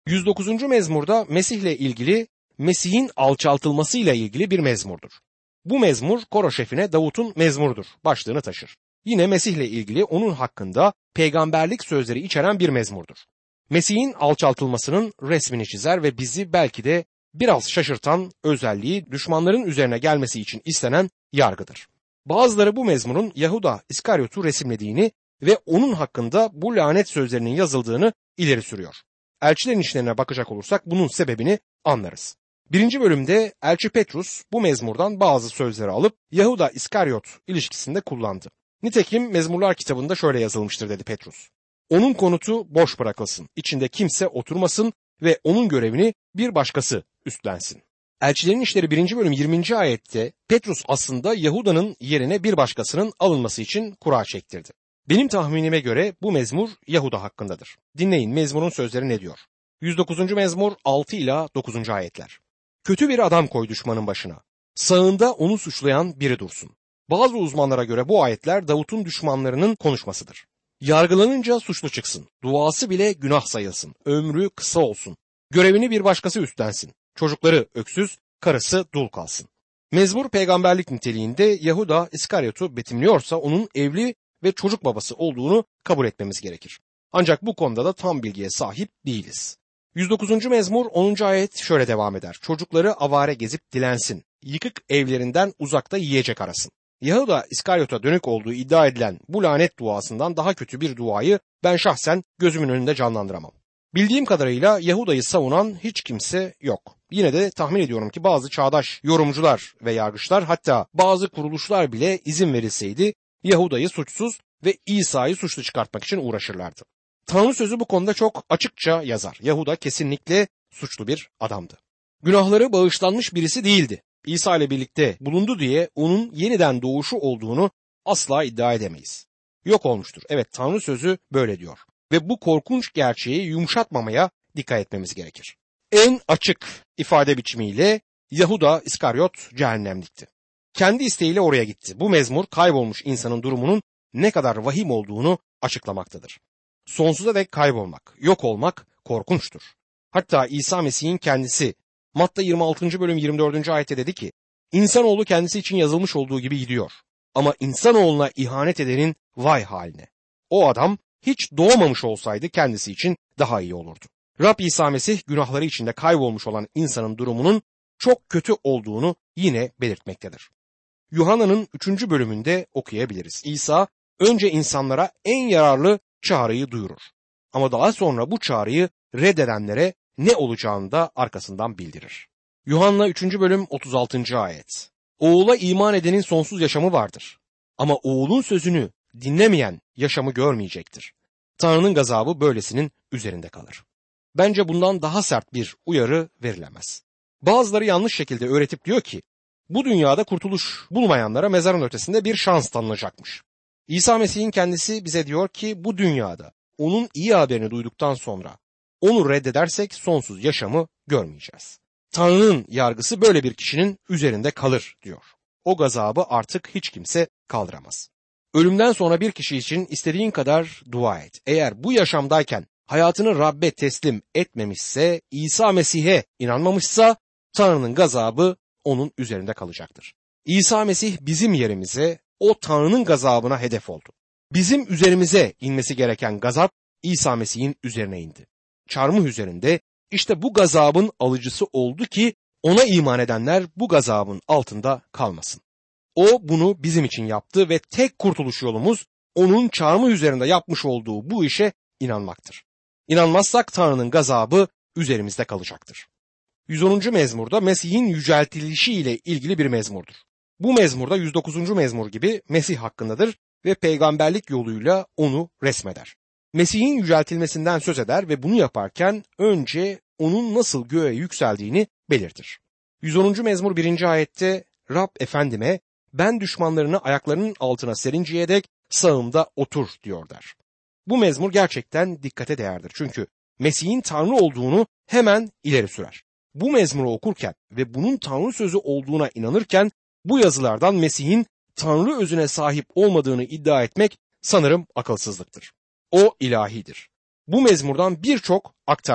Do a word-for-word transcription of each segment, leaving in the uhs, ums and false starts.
yüz dokuzuncu mezmurda Mesih'le ilgili, Mesih'in alçaltılmasıyla ilgili bir mezmurdur. Bu mezmur koro şefine Davut'un mezmurudur başlığını taşır. Yine Mesih'le ilgili onun hakkında peygamberlik sözleri içeren bir mezmurdur. Mesih'in alçaltılmasının resmini çizer ve bizi belki de biraz şaşırtan özelliği düşmanların üzerine gelmesi için istenen yargıdır. Bazıları bu mezmurun Yahuda İskaryot'u resimlediğini ve onun hakkında bu lanet sözlerinin yazıldığını ileri sürüyor. Elçilerin işlerine bakacak olursak bunun sebebini anlarız. Birinci bölümde Elçi Petrus bu mezmurdan bazı sözleri alıp Yahuda İskaryot ilişkisinde kullandı. Nitekim Mezmurlar kitabında şöyle yazılmıştır dedi Petrus. Onun konutu boş bırakılsın, içinde kimse oturmasın ve onun görevini bir başkası üstlensin. Elçilerin İşleri birinci bölüm yirminci ayette Petrus aslında Yahuda'nın yerine bir başkasının alınması için kura çektirdi. Benim tahminime göre bu mezmur Yahuda hakkındadır. Dinleyin mezmurun sözleri ne diyor? yüz dokuzuncu mezmur altı ila dokuzuncu ayetler. Kötü bir adam koy düşmanın başına. Sağında onu suçlayan biri dursun. Bazı uzmanlara göre bu ayetler Davut'un düşmanlarının konuşmasıdır. Yargılanınca suçlu çıksın. Duası bile günah sayılsın. Ömrü kısa olsun. Görevini bir başkası üstlensin. Çocukları öksüz, karısı dul kalsın. Mezmur peygamberlik niteliğinde Yahuda İskaryot'u betimliyorsa onun evli ve çocuk babası olduğunu kabul etmemiz gerekir. Ancak bu konuda da tam bilgiye sahip değiliz. yüz dokuzuncu mezmur onuncu ayet şöyle devam eder. Çocukları avare gezip dilensin. Yıkık evlerinden uzakta yiyecek arasın. Yahuda İskaryot'a dönük olduğu iddia edilen bu lanet duasından daha kötü bir duayı ben şahsen gözümün önünde canlandıramam. Bildiğim kadarıyla Yahuda'yı savunan hiç kimse yok. Yine de tahmin ediyorum ki bazı çağdaş yorumcular ve yargıçlar, hatta bazı kuruluşlar bile izin verilseydi Yahuda'yı suçsuz ve İsa'yı suçlu çıkartmak için uğraşırlardı. Tanrı sözü bu konuda çok açıkça yazar. Yahuda kesinlikle suçlu bir adamdı. Günahları bağışlanmış birisi değildi. İsa ile birlikte bulundu diye onun yeniden doğuşu olduğunu asla iddia edemeyiz. Yok olmuştur. Evet, Tanrı sözü böyle diyor. Ve bu korkunç gerçeği yumuşatmamaya dikkat etmemiz gerekir. En açık ifade biçimiyle Yahuda İskaryot cehennemlikti. Kendi isteğiyle oraya gitti. Bu mezmur kaybolmuş insanın durumunun ne kadar vahim olduğunu açıklamaktadır. Sonsuza dek kaybolmak, yok olmak korkunçtur. Hatta İsa Mesih'in kendisi Matta yirmi altıncı bölüm yirmi dördüncü ayette dedi ki, İnsanoğlu kendisi için yazılmış olduğu gibi gidiyor. Ama insanoğluna ihanet edenin vay haline. O adam hiç doğmamış olsaydı kendisi için daha iyi olurdu. Rab İsa Mesih günahları içinde kaybolmuş olan insanın durumunun çok kötü olduğunu yine belirtmektedir. Yuhanna'nın üçüncü bölümünde okuyabiliriz. İsa önce insanlara en yararlı çağrıyı duyurur. Ama daha sonra bu çağrıyı reddedenlere ne olacağını da arkasından bildirir. Yuhanna üçüncü bölüm otuz altıncı ayet. Oğula iman edenin sonsuz yaşamı vardır. Ama oğulun sözünü dinlemeyen yaşamı görmeyecektir. Tanrı'nın gazabı böylesinin üzerinde kalır. Bence bundan daha sert bir uyarı verilemez. Bazıları yanlış şekilde öğretip diyor ki, bu dünyada kurtuluş bulmayanlara mezarın ötesinde bir şans tanınacakmış. İsa Mesih'in kendisi bize diyor ki bu dünyada onun iyi haberini duyduktan sonra onu reddedersek sonsuz yaşamı görmeyeceğiz. Tanrı'nın yargısı böyle bir kişinin üzerinde kalır diyor. O gazabı artık hiç kimse kaldıramaz. Ölümden sonra bir kişi için istediğin kadar dua et. Eğer bu yaşamdayken hayatını Rabbe teslim etmemişse, İsa Mesih'e inanmamışsa Tanrı'nın gazabı onun üzerinde kalacaktır. İsa Mesih bizim yerimize o Tanrı'nın gazabına hedef oldu. Bizim üzerimize inmesi gereken gazap İsa Mesih'in üzerine indi. Çarmıh üzerinde işte bu gazabın alıcısı oldu ki ona iman edenler bu gazabın altında kalmasın. O bunu bizim için yaptı ve tek kurtuluş yolumuz onun çarmıh üzerinde yapmış olduğu bu işe inanmaktır. İnanmazsak Tanrı'nın gazabı üzerimizde kalacaktır. yüz onuncu mezmurda Mesih'in yüceltilişi ile ilgili bir mezmurdur. Bu mezmurda yüz dokuzuncu mezmur gibi Mesih hakkındadır ve peygamberlik yoluyla onu resmeder. Mesih'in yüceltilmesinden söz eder ve bunu yaparken önce onun nasıl göğe yükseldiğini belirtir. yüz onuncu mezmur birinci ayette Rab efendime ben düşmanlarını ayaklarının altına serinceye dek sağımda otur diyor der. Bu mezmur gerçekten dikkate değerdir çünkü Mesih'in Tanrı olduğunu hemen ileri sürer. Bu mezmuru okurken ve bunun Tanrı sözü olduğuna inanırken bu yazılardan Mesih'in Tanrı özüne sahip olmadığını iddia etmek sanırım akılsızlıktır. O ilahidir. Bu mezmurdan birçok aktarma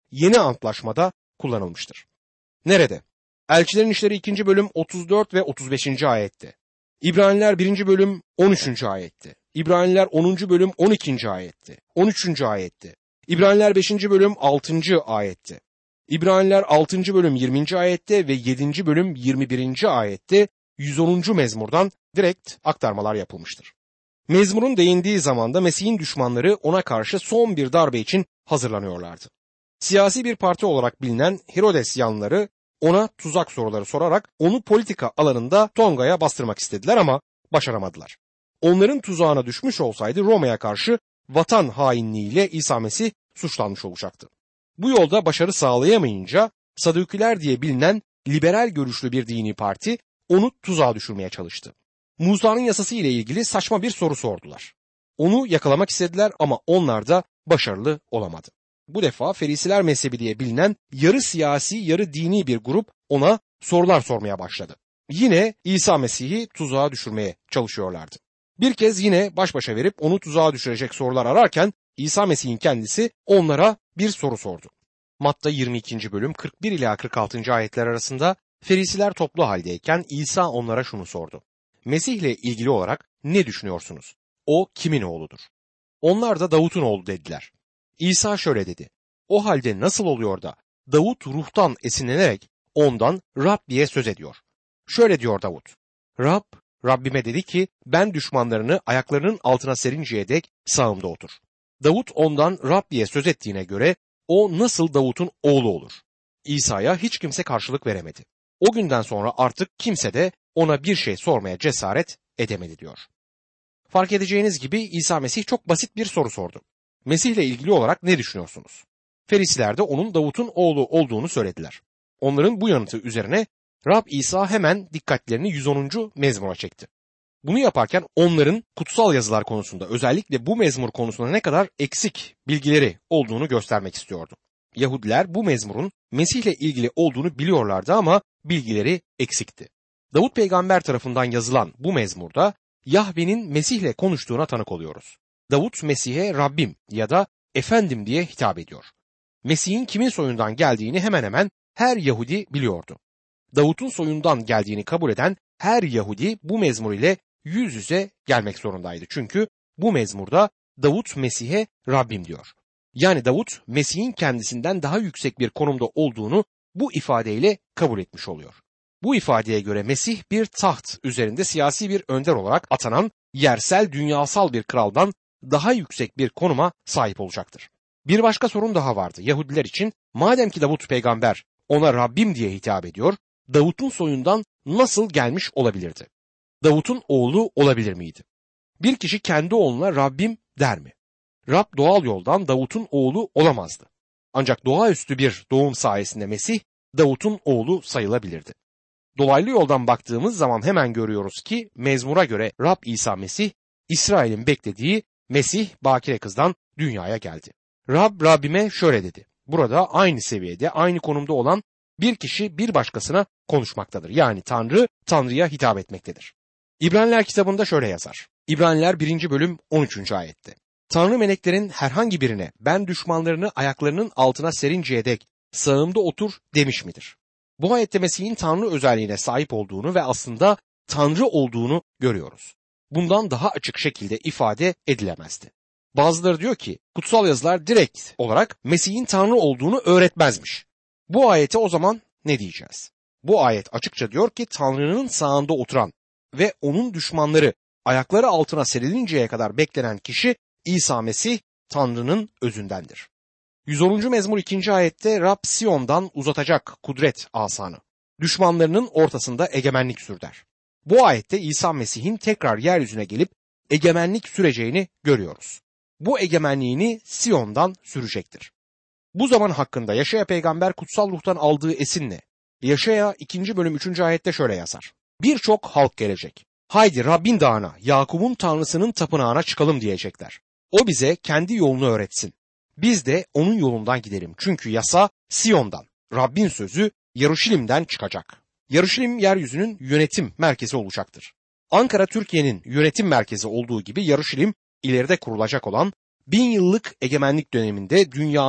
Yeni Antlaşmada kullanılmıştır. Nerede? Elçilerin İşleri ikinci bölüm otuz dört ve otuz beşinci ayette. İbraniler birinci bölüm on üçüncü ayette. İbraniler onuncu bölüm on ikinci ayette. on üçüncü ayette. İbraniler beşinci bölüm altıncı ayette. İbraniler altıncı bölüm yirminci ayette ve yedinci bölüm yirmi birinci ayette yüz onuncu mezmurdan direkt aktarmalar yapılmıştır. Mezmurun değindiği zamanda Mesih'in düşmanları ona karşı son bir darbe için hazırlanıyorlardı. Siyasi bir parti olarak bilinen Herodes yanlıları ona tuzak soruları sorarak onu politika alanında Tonga'ya bastırmak istediler ama başaramadılar. Onların tuzağına düşmüş olsaydı Roma'ya karşı vatan hainliğiyle İsa Mesih suçlanmış olacaktı. Bu yolda başarı sağlayamayınca Sadukiler diye bilinen liberal görüşlü bir dini parti onu tuzağa düşürmeye çalıştı. Musa'nın yasası ile ilgili saçma bir soru sordular. Onu yakalamak istediler ama onlar da başarılı olamadı. Bu defa Ferisiler mezhebi diye bilinen yarı siyasi yarı dini bir grup ona sorular sormaya başladı. Yine İsa Mesih'i tuzağa düşürmeye çalışıyorlardı. Bir kez yine baş başa verip onu tuzağa düşürecek sorular ararken İsa Mesih'in kendisi onlara bir soru sordu. Matta yirmi ikinci bölüm kırk bir ila kırk altıncı ayetler arasında Ferisiler toplu haldeyken İsa onlara şunu sordu. Mesih'le ilgili olarak ne düşünüyorsunuz? O kimin oğludur? Onlar da Davut'un oğlu dediler. İsa şöyle dedi. O halde nasıl oluyor da Davut ruhtan esinlenerek ondan Rab diye söz ediyor? Şöyle diyor Davut. Rab, Rabbime dedi ki ben düşmanlarını ayaklarının altına serinceye dek sağımda otur. Davut ondan Rab diye söz ettiğine göre o nasıl Davut'un oğlu olur? İsa'ya hiç kimse karşılık veremedi. O günden sonra artık kimse de ona bir şey sormaya cesaret edemedi diyor. Fark edeceğiniz gibi İsa Mesih çok basit bir soru sordu. Mesih'le ilgili olarak ne düşünüyorsunuz? Ferisiler de onun Davut'un oğlu olduğunu söylediler. Onların bu yanıtı üzerine Rab İsa hemen dikkatlerini yüz onuncu mezmura çekti. Bunu yaparken onların kutsal yazılar konusunda özellikle bu mezmur konusunda ne kadar eksik bilgileri olduğunu göstermek istiyordu. Yahudiler bu mezmurun Mesih'le ilgili olduğunu biliyorlardı ama bilgileri eksikti. Davut peygamber tarafından yazılan bu mezmurda Yahve'nin Mesih'le konuştuğuna tanık oluyoruz. Davut Mesih'e Rabbim ya da Efendim diye hitap ediyor. Mesih'in kimin soyundan geldiğini hemen hemen her Yahudi biliyordu. Davut'un soyundan geldiğini kabul eden her Yahudi bu mezmur ile yüz yüze gelmek zorundaydı. Çünkü bu mezmurda Davut Mesih'e Rabbim diyor. Yani Davut Mesih'in kendisinden daha yüksek bir konumda olduğunu bu ifadeyle kabul etmiş oluyor. Bu ifadeye göre Mesih bir taht üzerinde siyasi bir önder olarak atanan yersel dünyasal bir kraldan daha yüksek bir konuma sahip olacaktır. Bir başka sorun daha vardı. Yahudiler için madem ki Davut peygamber ona Rabbim diye hitap ediyor, Davut'un soyundan nasıl gelmiş olabilirdi? Davut'un oğlu olabilir miydi? Bir kişi kendi oğluna Rabbim der mi? Rab doğal yoldan Davut'un oğlu olamazdı. Ancak doğaüstü bir doğum sayesinde Mesih Davut'un oğlu sayılabilirdi. Dolaylı yoldan baktığımız zaman hemen görüyoruz ki mezmura göre Rab İsa Mesih, İsrail'in beklediği Mesih bakire kızdan dünyaya geldi. Rab Rabbime şöyle dedi. Burada aynı seviyede, aynı konumda olan bir kişi bir başkasına konuşmaktadır. Yani Tanrı, Tanrı'ya hitap etmektedir. İbraniler kitabında şöyle yazar. İbraniler birinci bölüm on üçüncü ayette. Tanrı meleklerin herhangi birine ben düşmanlarını ayaklarının altına serinceye dek sağımda otur demiş midir? Bu ayette Mesih'in Tanrı özelliğine sahip olduğunu ve aslında Tanrı olduğunu görüyoruz. Bundan daha açık şekilde ifade edilemezdi. Bazıları diyor ki kutsal yazılar direkt olarak Mesih'in Tanrı olduğunu öğretmezmiş. Bu ayete o zaman ne diyeceğiz? Bu ayet açıkça diyor ki Tanrı'nın sağında oturan ve onun düşmanları ayakları altına serilinceye kadar beklenen kişi İsa Mesih Tanrı'nın özündendir. yüz onuncu mezmur ikinci ayette Rab Siyon'dan uzatacak kudret asanı. Düşmanlarının ortasında egemenlik sür der. Bu ayette İsa Mesih'in tekrar yeryüzüne gelip egemenlik süreceğini görüyoruz. Bu egemenliğini Siyon'dan sürecektir. Bu zaman hakkında Yaşaya peygamber kutsal ruhtan aldığı esinle Yaşaya ikinci bölüm üçüncü ayette şöyle yazar. Birçok halk gelecek. Haydi Rabbin dağına, Yakup'un Tanrısının tapınağına çıkalım diyecekler. O bize kendi yolunu öğretsin. Biz de onun yolundan gidelim. Çünkü yasa Siyon'dan, Rabbin sözü Yaruşilim'den çıkacak. Yaruşilim yeryüzünün yönetim merkezi olacaktır. Ankara Türkiye'nin yönetim merkezi olduğu gibi Yaruşilim ileride kurulacak olan bin yıllık egemenlik döneminde dünyanın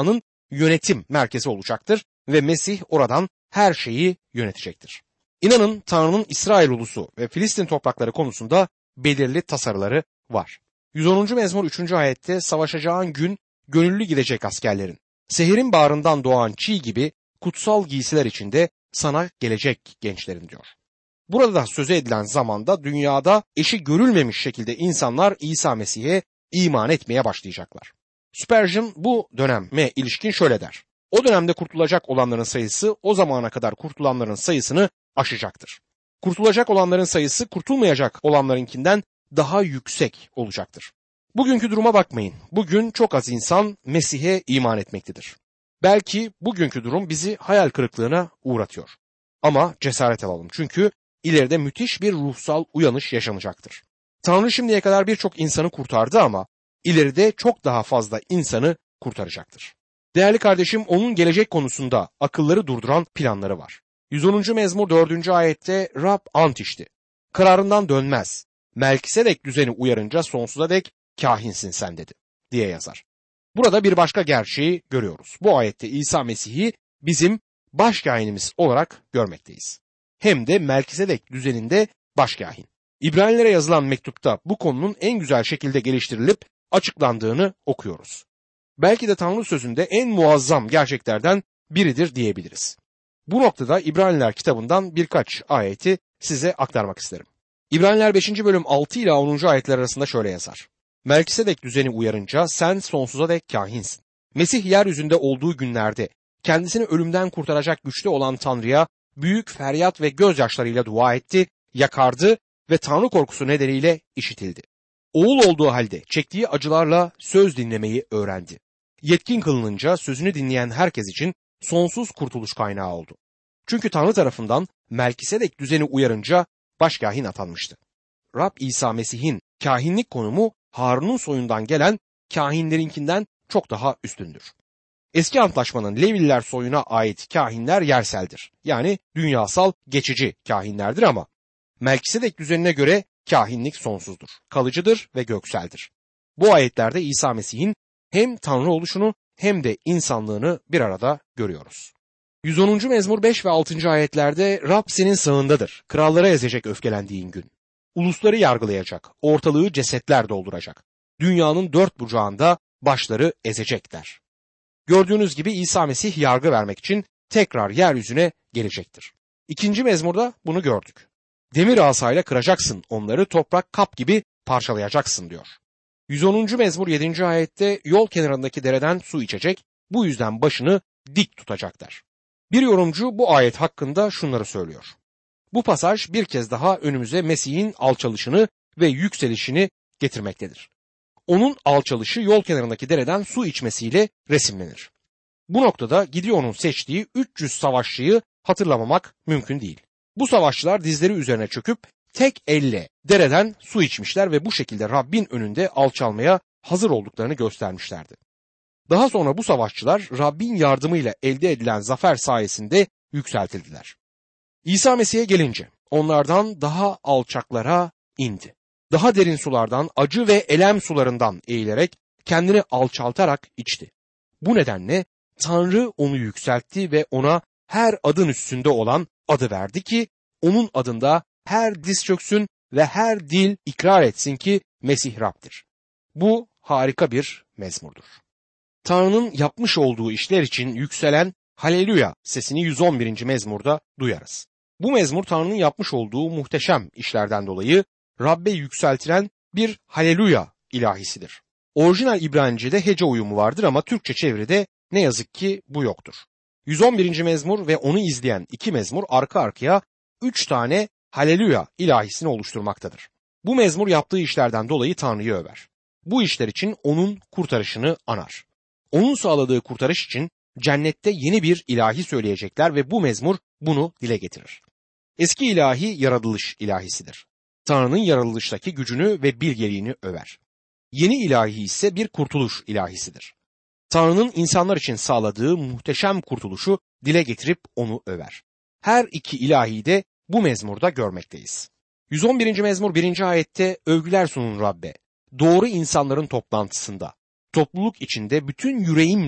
yönetim merkezi olacaktır ve Mesih oradan her şeyi yönetecektir. İnanın Tanrı'nın İsrail ulusu ve Filistin toprakları konusunda belirli tasarıları var. yüz onuncu mezmur üçüncü ayette savaşacağın gün gönüllü gidecek askerlerin, sehirin bağrından doğan çiğ gibi kutsal giysiler içinde sana gelecek gençlerin diyor. Burada da söze edilen zamanda dünyada eşi görülmemiş şekilde insanlar İsa Mesih'e iman etmeye başlayacaklar. Spurgeon bu döneme ilişkin şöyle der. O dönemde kurtulacak olanların sayısı o zamana kadar kurtulanların sayısını aşacaktır. Kurtulacak olanların sayısı kurtulmayacak olanlarınkinden daha yüksek olacaktır. Bugünkü duruma bakmayın. Bugün çok az insan Mesih'e iman etmektedir. Belki bugünkü durum bizi hayal kırıklığına uğratıyor. Ama cesaret alalım çünkü ileride müthiş bir ruhsal uyanış yaşanacaktır. Tanrı şimdiye kadar birçok insanı kurtardı ama ileride çok daha fazla insanı kurtaracaktır. Değerli kardeşim, onun gelecek konusunda akılları durduran planları var. yüz onuncu mezmur dördüncü ayette Rab ant içti. Kararından dönmez. Melkisedek düzeni uyarınca sonsuza dek kahinsin sen dedi diye yazar. Burada bir başka gerçeği görüyoruz. Bu ayette İsa Mesih'i bizim başkahinimiz olarak görmekteyiz. Hem de Melkisedek düzeninde başkahin. İbranilere yazılan mektupta bu konunun en güzel şekilde geliştirilip açıklandığını okuyoruz. Belki de Tanrı sözünde en muazzam gerçeklerden biridir diyebiliriz. Bu noktada İbraniler kitabından birkaç ayeti size aktarmak isterim. İbraniler beşinci bölüm altı ila onuncu ayetler arasında şöyle yazar. Melkisedek düzeni uyarınca sen sonsuza dek kahinsin. Mesih yeryüzünde olduğu günlerde kendisini ölümden kurtaracak güçte olan Tanrı'ya büyük feryat ve gözyaşlarıyla dua etti, yakardı ve Tanrı korkusu nedeniyle işitildi. Oğul olduğu halde çektiği acılarla söz dinlemeyi öğrendi. Yetkin kılınınca sözünü dinleyen herkes için sonsuz kurtuluş kaynağı oldu. Çünkü Tanrı tarafından Melkisedek düzeni uyarınca başkahin atanmıştı. Rab İsa Mesih'in kahinlik konumu Harun'un soyundan gelen kahinlerinkinden çok daha üstündür. Eski antlaşmanın Levililer soyuna ait kahinler yerseldir. Yani dünyasal geçici kahinlerdir ama Melkisedek düzenine göre kahinlik sonsuzdur, kalıcıdır ve gökseldir. Bu ayetlerde İsa Mesih'in hem Tanrı oluşunu hem de insanlığını bir arada görüyoruz. yüz onuncu mezmur beş ve altıncı ayetlerde Rab senin sağındadır, krallara ezecek öfkelendiğin gün. Ulusları yargılayacak, ortalığı cesetler dolduracak. Dünyanın dört bucağında başları ezecekler. Gördüğünüz gibi İsa Mesih yargı vermek için tekrar yeryüzüne gelecektir. İkinci mezmurda bunu gördük. Demir asayla kıracaksın onları, toprak kap gibi parçalayacaksın diyor. yüz onuncu mezmur yedinci ayette yol kenarındaki dereden su içecek, bu yüzden başını dik tutacaklar. Bir yorumcu bu ayet hakkında şunları söylüyor. Bu pasaj bir kez daha önümüze Mesih'in alçalışını ve yükselişini getirmektedir. Onun alçalışı yol kenarındaki dereden su içmesiyle resimlenir. Bu noktada Gideon'un seçtiği üç yüz savaşçıyı hatırlamamak mümkün değil. Bu savaşçılar dizleri üzerine çöküp tek elle dereden su içmişler ve bu şekilde Rabbin önünde alçalmaya hazır olduklarını göstermişlerdi. Daha sonra bu savaşçılar Rabbin yardımıyla elde edilen zafer sayesinde yükseltildiler. İsa Mesih'e gelince onlardan daha alçaklara indi. Daha derin sulardan, acı ve elem sularından eğilerek kendini alçaltarak içti. Bu nedenle Tanrı onu yükseltti ve ona her adın üstünde olan adı verdi ki onun adında her diz çöksün ve her dil ikrar etsin ki Mesih Rab'dir. Bu harika bir mezmurdur. Tanrı'nın yapmış olduğu işler için yükselen Haleluya sesini yüz on birinci mezmurda duyarız. Bu mezmur Tanrı'nın yapmış olduğu muhteşem işlerden dolayı Rabbe yükseltilen bir Haleluya ilahisidir. Orijinal İbranice'de hece uyumu vardır ama Türkçe çeviride ne yazık ki bu yoktur. yüz on birinci mezmur ve onu izleyen iki mezmur arka arkaya üç tane Haleluya ilahisini oluşturmaktadır. Bu mezmur yaptığı işlerden dolayı Tanrı'yı över. Bu işler için onun kurtarışını anar. Onun sağladığı kurtarış için cennette yeni bir ilahi söyleyecekler ve bu mezmur bunu dile getirir. Eski ilahi yaratılış ilahisidir. Tanrı'nın yaratılıştaki gücünü ve bilgeliğini över. Yeni ilahi ise bir kurtuluş ilahisidir. Tanrı'nın insanlar için sağladığı muhteşem kurtuluşu dile getirip onu över. Her iki ilahi de bu mezmurda görmekteyiz. yüz on birinci mezmur birinci ayette övgüler sunun Rabbe. Doğru insanların toplantısında, topluluk içinde bütün yüreğimle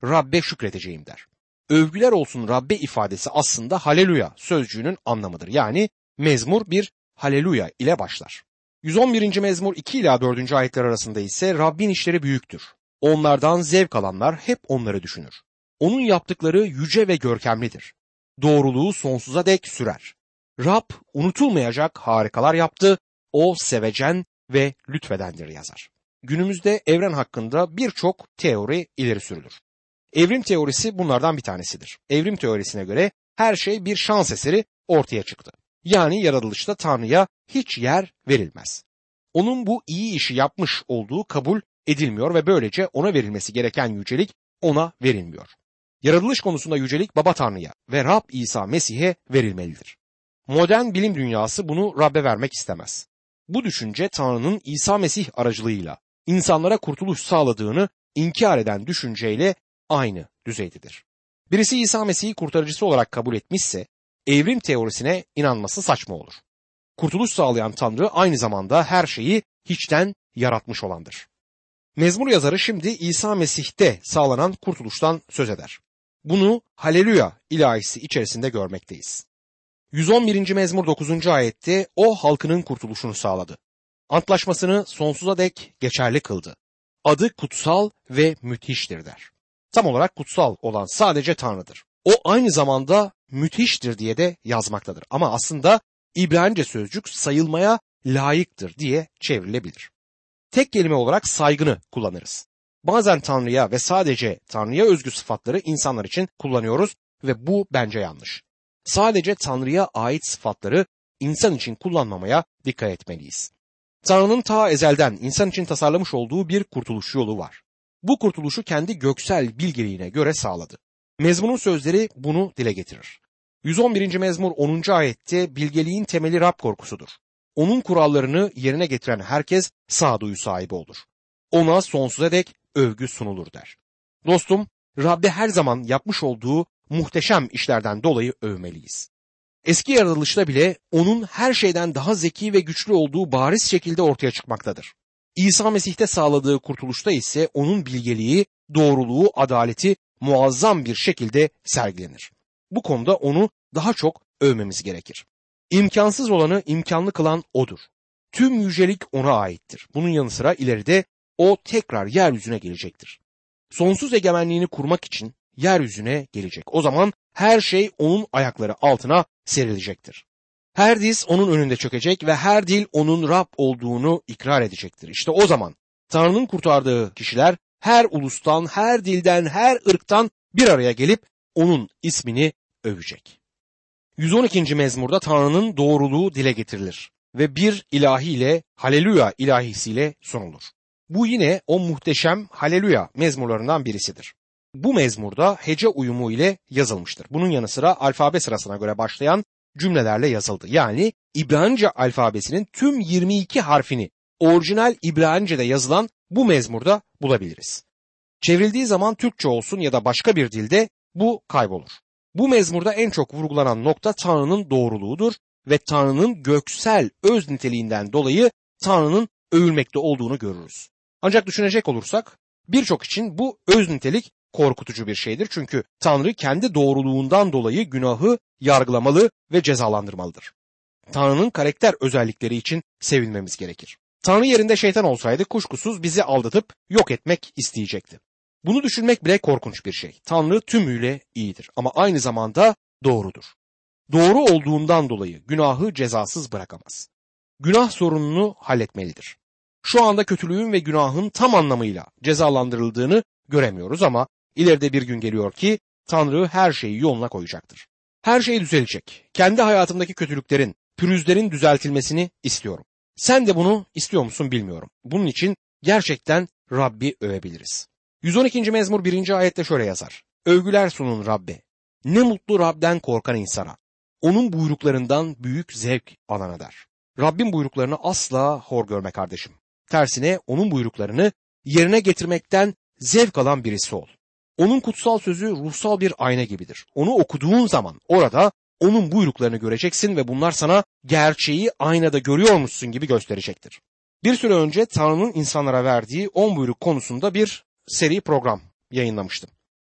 Rabbe şükredeceğim der. Övgüler olsun Rabbe ifadesi aslında haleluya sözcüğünün anlamıdır. Yani mezmur bir haleluya ile başlar. yüz on birinci mezmur iki ila dördüncü ayetler arasında ise Rabbin işleri büyüktür. Onlardan zevk alanlar hep onları düşünür. Onun yaptıkları yüce ve görkemlidir. Doğruluğu sonsuza dek sürer. Rab unutulmayacak harikalar yaptı. O sevecen ve lütfedendir yazar. Günümüzde evren hakkında birçok teori ileri sürülür. Evrim teorisi bunlardan bir tanesidir. Evrim teorisine göre her şey bir şans eseri ortaya çıktı. Yani yaratılışta Tanrı'ya hiç yer verilmez. Onun bu iyi işi yapmış olduğu kabul edilmiyor ve böylece ona verilmesi gereken yücelik ona verilmiyor. Yaratılış konusunda yücelik Baba Tanrı'ya ve Rab İsa Mesih'e verilmelidir. Modern bilim dünyası bunu Rab'be vermek istemez. Bu düşünce Tanrı'nın İsa Mesih aracılığıyla insanlara kurtuluş sağladığını inkar eden düşünceyle aynı düzeydedir. Birisi İsa Mesih'i kurtarıcısı olarak kabul etmişse evrim teorisine inanması saçma olur. Kurtuluş sağlayan Tanrı aynı zamanda her şeyi hiçten yaratmış olandır. Mezmur yazarı şimdi İsa Mesih'te sağlanan kurtuluştan söz eder. Bunu haleluya ilahisi içerisinde görmekteyiz. yüz on birinci mezmur dokuzuncu ayette o halkının kurtuluşunu sağladı. Antlaşmasını sonsuza dek geçerli kıldı. Adı kutsal ve müthiştir der. Tam olarak kutsal olan sadece Tanrı'dır. O aynı zamanda müthiştir diye de yazmaktadır. Ama aslında İbranice sözcük sayılmaya layıktır diye çevrilebilir. Tek kelime olarak saygını kullanırız. Bazen Tanrı'ya ve sadece Tanrı'ya özgü sıfatları insanlar için kullanıyoruz ve bu bence yanlış. Sadece Tanrı'ya ait sıfatları insan için kullanmamaya dikkat etmeliyiz. Tanrı'nın ta ezelden insan için tasarlamış olduğu bir kurtuluş yolu var. Bu kurtuluşu kendi göksel bilgeliğine göre sağladı. Mezmurun sözleri bunu dile getirir. yüz on birinci mezmur onuncu ayette bilgeliğin temeli Rab korkusudur. Onun kurallarını yerine getiren herkes sağduyu sahibi olur. Ona sonsuza dek övgü sunulur der. Dostum, Rab'be her zaman yapmış olduğu muhteşem işlerden dolayı övmeliyiz. Eski yaratılışta bile onun her şeyden daha zeki ve güçlü olduğu bariz şekilde ortaya çıkmaktadır. İsa Mesih'te sağladığı kurtuluşta ise onun bilgeliği, doğruluğu, adaleti muazzam bir şekilde sergilenir. Bu konuda onu daha çok övmemiz gerekir. İmkansız olanı imkanlı kılan O'dur. Tüm yücelik O'na aittir. Bunun yanı sıra ileride O tekrar yeryüzüne gelecektir. Sonsuz egemenliğini kurmak için yeryüzüne gelecek. O zaman her şey O'nun ayakları altına serilecektir. Her diz O'nun önünde çökecek ve her dil O'nun Rab olduğunu ikrar edecektir. İşte o zaman Tanrı'nın kurtardığı kişiler her ulustan, her dilden, her ırktan bir araya gelip O'nun ismini övecek. yüz on ikinci mezmurda Tanrı'nın doğruluğu dile getirilir ve bir ilahiyle, haleluya ilahisiyle sunulur. Bu yine o muhteşem haleluya mezmurlarından birisidir. Bu mezmurda hece uyumu ile yazılmıştır. Bunun yanı sıra alfabe sırasına göre başlayan cümlelerle yazıldı. Yani İbranice alfabesinin tüm yirmi iki harfini orijinal İbranice'de yazılan bu mezmurda bulabiliriz. Çevrildiği zaman Türkçe olsun ya da başka bir dilde bu kaybolur. Bu mezmurda en çok vurgulanan nokta Tanrı'nın doğruluğudur ve Tanrı'nın göksel öz niteliğinden dolayı Tanrı'nın övülmekte olduğunu görürüz. Ancak düşünecek olursak birçok için bu öz nitelik korkutucu bir şeydir. Çünkü Tanrı kendi doğruluğundan dolayı günahı yargılamalı ve cezalandırmalıdır. Tanrı'nın karakter özellikleri için sevinmemiz gerekir. Tanrı yerinde şeytan olsaydı kuşkusuz bizi aldatıp yok etmek isteyecekti. Bunu düşünmek bile korkunç bir şey. Tanrı tümüyle iyidir ama aynı zamanda doğrudur. Doğru olduğundan dolayı günahı cezasız bırakamaz. Günah sorununu halletmelidir. Şu anda kötülüğün ve günahın tam anlamıyla cezalandırıldığını göremiyoruz ama ileride bir gün geliyor ki Tanrı her şeyi yoluna koyacaktır. Her şey düzelecek. Kendi hayatımdaki kötülüklerin, pürüzlerin düzeltilmesini istiyorum. Sen de bunu istiyor musun bilmiyorum. Bunun için gerçekten Rabbi övebiliriz. yüz on ikinci mezmur birinci ayette şöyle yazar. Övgüler sunun Rabbe. Ne mutlu Rab'den korkan insana. Onun buyruklarından büyük zevk alana der. Rabbin buyruklarını asla hor görme kardeşim. Tersine onun buyruklarını yerine getirmekten zevk alan birisi ol. Onun kutsal sözü ruhsal bir ayna gibidir. Onu okuduğun zaman orada onun buyruklarını göreceksin ve bunlar sana gerçeği aynada görüyormuşsun gibi gösterecektir. Bir süre önce Tanrı'nın insanlara verdiği on buyruk konusunda bir seri program yayınlamıştım.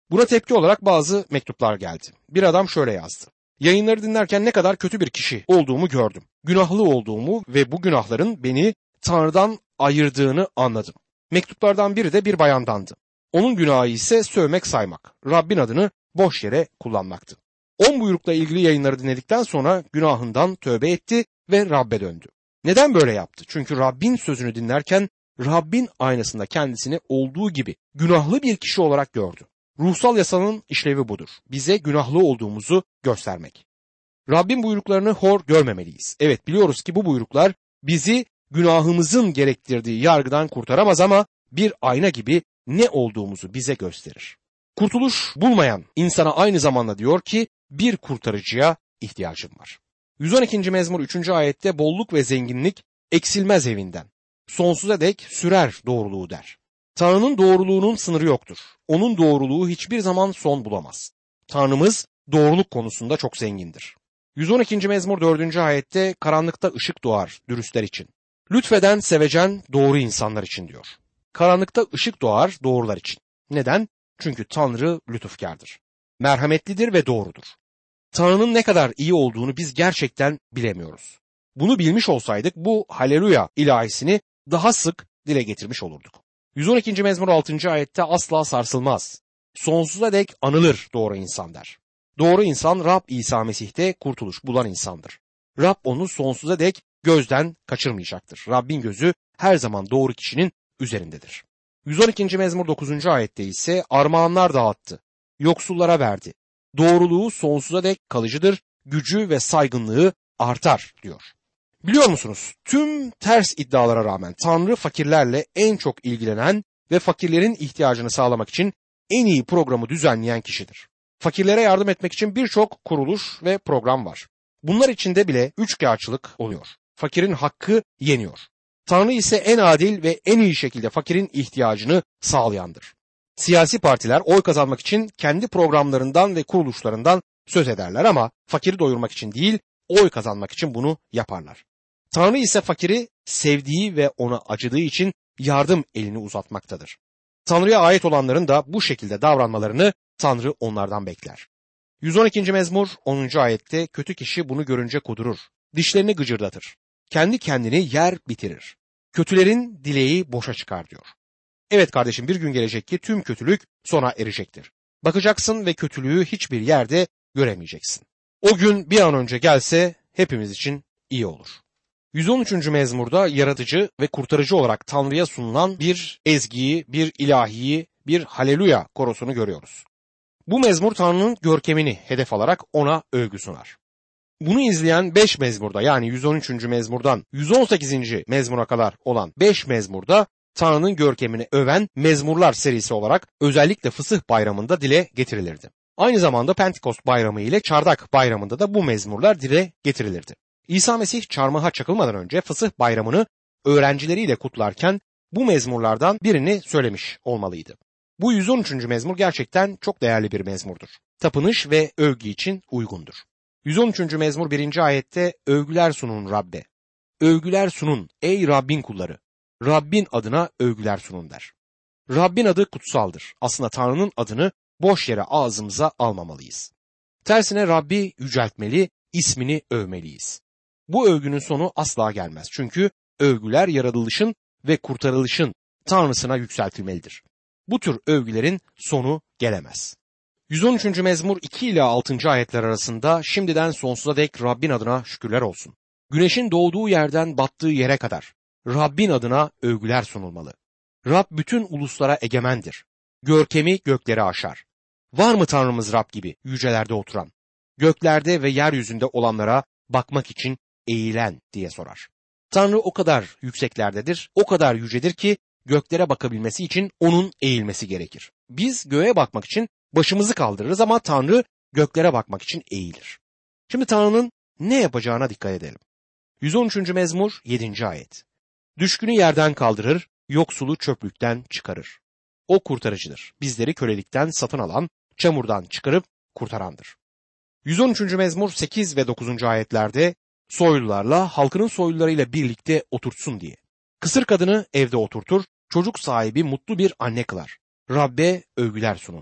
Buna tepki olarak bazı mektuplar geldi. Bir adam şöyle yazdı. Yayınları dinlerken ne kadar kötü bir kişi olduğumu gördüm. Günahlı olduğumu ve bu günahların beni Tanrı'dan ayırdığını anladım. Mektuplardan biri de bir bayandandı. Onun günahı ise sövmek saymak, Rabbin adını boş yere kullanmaktı. On buyrukla ilgili yayınları dinledikten sonra günahından tövbe etti ve Rabbe döndü. Neden böyle yaptı? Çünkü Rabbin sözünü dinlerken Rabbin aynasında kendisini olduğu gibi günahlı bir kişi olarak gördü. Ruhsal yasanın işlevi budur. Bize günahlı olduğumuzu göstermek. Rabbin buyruklarını hor görmemeliyiz. Evet, biliyoruz ki bu buyruklar bizi günahımızın gerektirdiği yargıdan kurtaramaz ama bir ayna gibi ne olduğumuzu bize gösterir. Kurtuluş bulmayan insana aynı zamanda diyor ki bir kurtarıcıya ihtiyacım var. yüz on ikinci mezmur üçüncü ayette bolluk ve zenginlik eksilmez evinden. Sonsuza dek sürer doğruluğu der. Tanrı'nın doğruluğunun sınırı yoktur. Onun doğruluğu hiçbir zaman son bulamaz. Tanrımız doğruluk konusunda çok zengindir. yüz on ikinci mezmur dördüncü ayette karanlıkta ışık doğar dürüstler için. Lütfeden sevecen doğru insanlar için diyor. Karanlıkta ışık doğar doğrular için. Neden? Çünkü Tanrı lütufkardır. Merhametlidir ve doğrudur. Tanrı'nın ne kadar iyi olduğunu biz gerçekten bilemiyoruz. Bunu bilmiş olsaydık bu haleluya ilahisini daha sık dile getirmiş olurduk. yüz on ikinci mezmur altıncı ayette asla sarsılmaz. Sonsuza dek anılır doğru insan der. Doğru insan Rab İsa Mesih'te kurtuluş bulan insandır. Rab onu sonsuza dek gözden kaçırmayacaktır. Rabbin gözü her zaman doğru kişinin üzerindedir. yüz on ikinci mezmur dokuzuncu ayette ise armağanlar dağıttı, yoksullara verdi. Doğruluğu sonsuza dek kalıcıdır, gücü ve saygınlığı artar diyor. Biliyor musunuz? Tüm ters iddialara rağmen Tanrı fakirlerle en çok ilgilenen ve fakirlerin ihtiyacını sağlamak için en iyi programı düzenleyen kişidir. Fakirlere yardım etmek için birçok kuruluş ve program var. Bunlar içinde bile üçkağıtçılık oluyor. Fakirin hakkı yeniyor. Tanrı ise en adil ve en iyi şekilde fakirin ihtiyacını sağlayandır. Siyasi partiler oy kazanmak için kendi programlarından ve kuruluşlarından söz ederler ama fakiri doyurmak için değil, oy kazanmak için bunu yaparlar. Tanrı ise fakiri sevdiği ve ona acıdığı için yardım elini uzatmaktadır. Tanrı'ya ait olanların da bu şekilde davranmalarını Tanrı onlardan bekler. yüz on ikinci mezmur onuncu ayette kötü kişi bunu görünce kudurur, dişlerini gıcırdatır, kendi kendini yer bitirir. Kötülerin dileği boşa çıkar diyor. Evet kardeşim, bir gün gelecek ki tüm kötülük sona erecektir. Bakacaksın ve kötülüğü hiçbir yerde göremeyeceksin. O gün bir an önce gelse hepimiz için iyi olur. yüz on üçüncü mezmurda yaratıcı ve kurtarıcı olarak Tanrı'ya sunulan bir ezgiyi, bir ilahiyi, bir haleluya korosunu görüyoruz. Bu mezmur Tanrı'nın görkemini hedef alarak ona övgü sunar. Bunu izleyen beş mezmurda, yani yüz on üçüncü mezmurdan yüz on sekizinci mezmura kadar olan beş mezmurda Tanrı'nın görkemini öven mezmurlar serisi olarak özellikle Fısıh Bayramı'nda dile getirilirdi. Aynı zamanda Pentekost Bayramı ile Çardak Bayramı'nda da bu mezmurlar dile getirilirdi. İsa Mesih çarmıha çakılmadan önce Fısıh Bayramı'nı öğrencileriyle kutlarken bu mezmurlardan birini söylemiş olmalıydı. Bu yüz on üçüncü mezmur gerçekten çok değerli bir mezmurdur. Tapınış ve övgü için uygundur. yüz on üçüncü mezmur birinci ayette övgüler sunun Rabbe. Övgüler sunun ey Rabbin kulları. Rabbin adına övgüler sunun der. Rabbin adı kutsaldır. Aslında Tanrı'nın adını boş yere ağzımıza almamalıyız. Tersine Rabbi yüceltmeli, ismini övmeliyiz. Bu övgünün sonu asla gelmez. Çünkü övgüler yaratılışın ve kurtarılışın Tanrısına yükseltilmelidir. Bu tür övgülerin sonu gelemez. yüz on üçüncü mezmur iki ile altıncı ayetler arasında şimdiden sonsuza dek Rabbin adına şükürler olsun. Güneşin doğduğu yerden battığı yere kadar Rabbin adına övgüler sunulmalı. Rab bütün uluslara egemendir. Görkemi gökleri aşar. Var mı Tanrımız Rab gibi yücelerde oturan? Göklerde ve yeryüzünde olanlara bakmak için eğilen diye sorar. Tanrı o kadar yükseklerdedir, o kadar yücedir ki göklere bakabilmesi için onun eğilmesi gerekir. Biz göğe bakmak için başımızı kaldırırız ama Tanrı göklere bakmak için eğilir. Şimdi Tanrı'nın ne yapacağına dikkat edelim. yüz on üçüncü mezmur yedinci ayet. Düşkünü yerden kaldırır, yoksulu çöplükten çıkarır. O kurtarıcıdır. Bizleri kölelikten satın alan, çamurdan çıkarıp kurtarandır. yüz on üçüncü mezmur sekiz ve dokuzuncu ayetlerde soylularla halkının soylularıyla birlikte oturtsun diye. Kısır kadını evde oturtur, çocuk sahibi mutlu bir anne kılar. Rabbe övgüler sunun.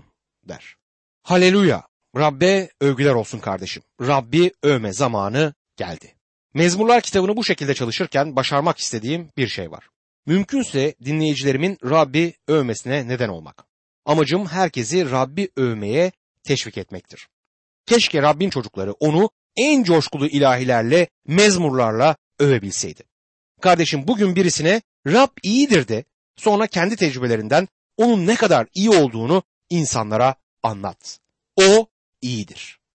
der. Haleluya! Rabbe övgüler olsun kardeşim. Rabbi övme zamanı geldi. Mezmurlar kitabını bu şekilde çalışırken başarmak istediğim bir şey var. Mümkünse dinleyicilerimin Rabbi övmesine neden olmak. Amacım herkesi Rabbi övmeye teşvik etmektir. Keşke Rabbin çocukları onu en coşkulu ilahilerle, mezmurlarla övebilseydi. Kardeşim bugün birisine Rab iyidir de sonra kendi tecrübelerinden onun ne kadar iyi olduğunu insanlara anlat. O iyidir.